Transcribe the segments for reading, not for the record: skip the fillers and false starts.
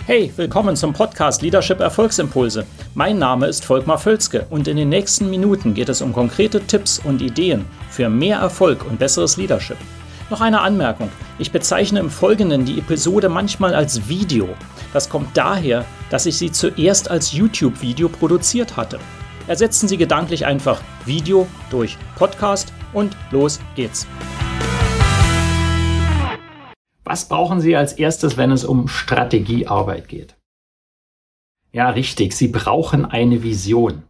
Hey, willkommen zum Podcast Leadership Erfolgsimpulse. Mein Name ist Volkmar Völzke und in den nächsten Minuten geht es um konkrete Tipps und Ideen für mehr Erfolg und besseres Leadership. Noch eine Anmerkung. Ich bezeichne im Folgenden die Episode manchmal als Video. Das kommt daher, dass ich sie zuerst als YouTube-Video produziert hatte. Ersetzen Sie gedanklich einfach Video durch Podcast und los geht's. Was brauchen Sie als erstes, wenn es um Strategiearbeit geht? Ja, richtig, Sie brauchen eine Vision.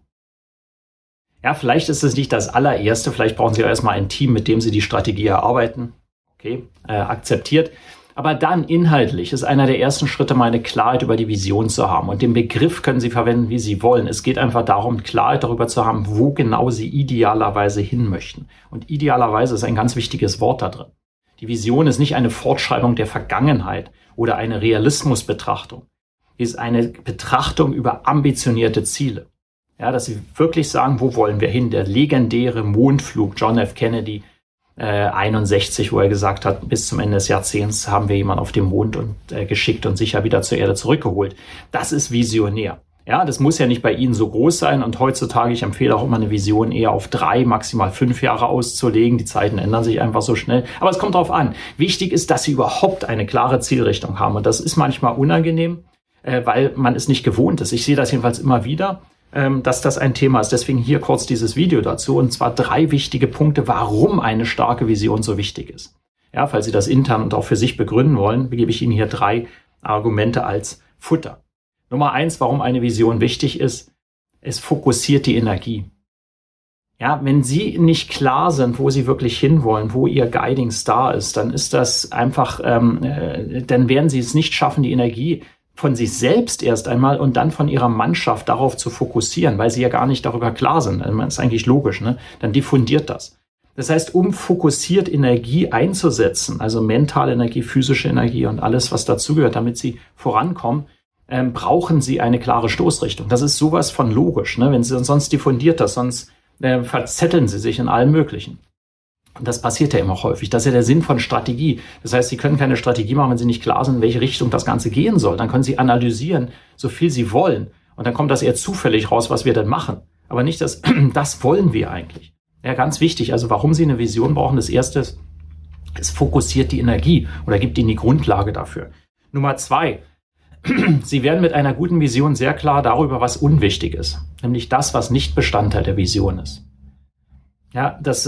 Ja, vielleicht ist es nicht das allererste, vielleicht brauchen Sie erstmal ein Team, mit dem Sie die Strategie erarbeiten. Okay, akzeptiert. Aber dann inhaltlich ist einer der ersten Schritte, mal eine Klarheit über die Vision zu haben. Und den Begriff können Sie verwenden, wie Sie wollen. Es geht einfach darum, Klarheit darüber zu haben, wo genau Sie idealerweise hin möchten. Und idealerweise ist ein ganz wichtiges Wort da drin. Die Vision ist nicht eine Fortschreibung der Vergangenheit oder eine Realismusbetrachtung. Sie ist eine Betrachtung über ambitionierte Ziele. Ja, dass Sie wirklich sagen, wo wollen wir hin? Der legendäre Mondflug John F. Kennedy 61, wo er gesagt hat, bis zum Ende des Jahrzehnts haben wir jemanden auf dem Mond und geschickt und sicher wieder zur Erde zurückgeholt. Das ist visionär. Ja, das muss ja nicht bei Ihnen so groß sein und heutzutage, ich empfehle auch immer eine Vision eher auf 3, maximal 5 Jahre auszulegen. Die Zeiten ändern sich einfach so schnell. Aber es kommt darauf an. Wichtig ist, dass Sie überhaupt eine klare Zielrichtung haben. Und das ist manchmal unangenehm, weil man es nicht gewohnt ist. Ich sehe das jedenfalls immer wieder, dass das ein Thema ist. Deswegen hier kurz dieses Video dazu. Und zwar 3 wichtige Punkte, warum eine starke Vision so wichtig ist. Ja, falls Sie das intern und auch für sich begründen wollen, gebe ich Ihnen hier 3 Argumente als Futter. Nummer 1, warum eine Vision wichtig ist, es fokussiert die Energie. Ja, wenn Sie nicht klar sind, wo Sie wirklich hinwollen, wo Ihr Guiding Star ist, dann ist das einfach, dann werden Sie es nicht schaffen, die Energie von sich selbst erst einmal und dann von Ihrer Mannschaft darauf zu fokussieren, weil Sie ja gar nicht darüber klar sind. Das ist eigentlich logisch, ne? Dann diffundiert das. Das heißt, um fokussiert Energie einzusetzen, also mentale Energie, physische Energie und alles, was dazugehört, damit Sie vorankommen, brauchen Sie eine klare Stoßrichtung. Das ist sowas von logisch, ne? Wenn Sie sonst diffundiert das, sonst verzetteln Sie sich in allem Möglichen. Und das passiert ja immer häufig. Das ist ja der Sinn von Strategie. Das heißt, Sie können keine Strategie machen, wenn Sie nicht klar sind, in welche Richtung das Ganze gehen soll. Dann können Sie analysieren, so viel Sie wollen. Und dann kommt das eher zufällig raus, was wir denn machen. Aber nicht das, das wollen wir eigentlich. Ja, ganz wichtig. Also warum Sie eine Vision brauchen, das Erste ist, es fokussiert die Energie oder gibt Ihnen die Grundlage dafür. Nummer 2. Sie werden mit einer guten Vision sehr klar darüber, was unwichtig ist. Nämlich das, was nicht Bestandteil der Vision ist. Ja, das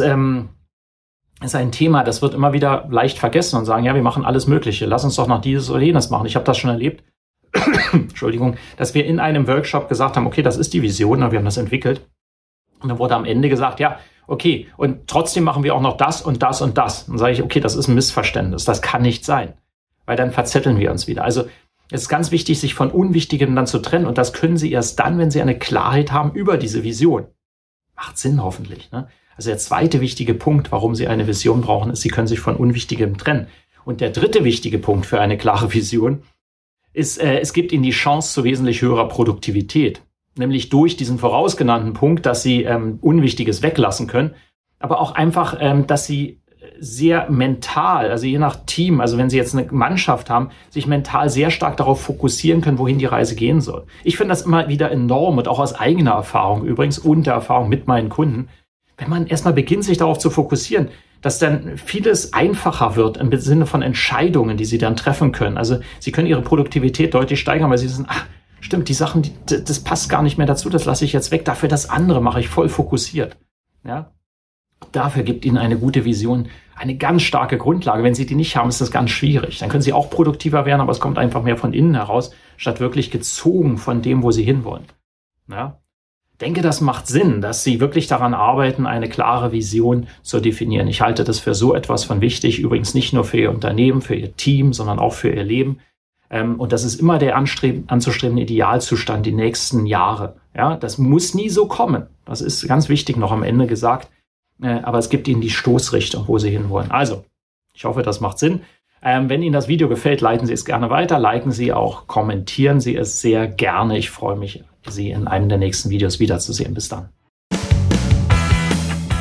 ist ein Thema, das wird immer wieder leicht vergessen und sagen, ja, wir machen alles Mögliche. Lass uns doch noch dieses oder jenes machen. Ich habe das schon erlebt, Entschuldigung, dass wir in einem Workshop gesagt haben, okay, das ist die Vision, wir haben das entwickelt. Und dann wurde am Ende gesagt, ja, okay, und trotzdem machen wir auch noch das und das und das. Dann sage ich, okay, das ist ein Missverständnis. Das kann nicht sein, weil dann verzetteln wir uns wieder. Also es ist ganz wichtig, sich von Unwichtigem dann zu trennen. Und das können Sie erst dann, wenn Sie eine Klarheit haben über diese Vision. Macht Sinn hoffentlich, ne? Also der zweite wichtige Punkt, warum Sie eine Vision brauchen, ist, Sie können sich von Unwichtigem trennen. Und der dritte wichtige Punkt für eine klare Vision ist, es gibt Ihnen die Chance zu wesentlich höherer Produktivität. Nämlich durch diesen vorausgenannten Punkt, dass Sie Unwichtiges weglassen können, aber auch einfach, dass Sie sehr mental, also je nach Team, also wenn Sie jetzt eine Mannschaft haben, sich mental sehr stark darauf fokussieren können, wohin die Reise gehen soll. Ich finde das immer wieder enorm und auch aus eigener Erfahrung übrigens und der Erfahrung mit meinen Kunden, wenn man erstmal beginnt, sich darauf zu fokussieren, dass dann vieles einfacher wird im Sinne von Entscheidungen, die Sie dann treffen können. Also Sie können Ihre Produktivität deutlich steigern, weil Sie sagen, ach, stimmt, die Sachen, das passt gar nicht mehr dazu, das lasse ich jetzt weg, dafür das andere mache ich voll fokussiert. Ja? Dafür gibt Ihnen eine gute Vision eine ganz starke Grundlage. Wenn Sie die nicht haben, ist das ganz schwierig. Dann können Sie auch produktiver werden, aber es kommt einfach mehr von innen heraus, statt wirklich gezogen von dem, wo Sie hinwollen. Ja? Ich denke, das macht Sinn, dass Sie wirklich daran arbeiten, eine klare Vision zu definieren. Ich halte das für so etwas von wichtig, übrigens nicht nur für Ihr Unternehmen, für Ihr Team, sondern auch für Ihr Leben. Und das ist immer der anzustrebende Idealzustand die nächsten Jahre. Ja? Das muss nie so kommen. Das ist ganz wichtig noch am Ende gesagt. Aber es gibt Ihnen die Stoßrichtung, wo Sie hinwollen. Also, ich hoffe, das macht Sinn. Wenn Ihnen das Video gefällt, leiten Sie es gerne weiter, liken Sie auch, kommentieren Sie es sehr gerne. Ich freue mich, Sie in einem der nächsten Videos wiederzusehen. Bis dann.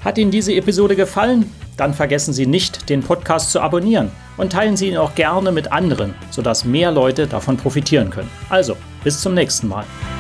Hat Ihnen diese Episode gefallen? Dann vergessen Sie nicht, den Podcast zu abonnieren und teilen Sie ihn auch gerne mit anderen, sodass mehr Leute davon profitieren können. Also, bis zum nächsten Mal.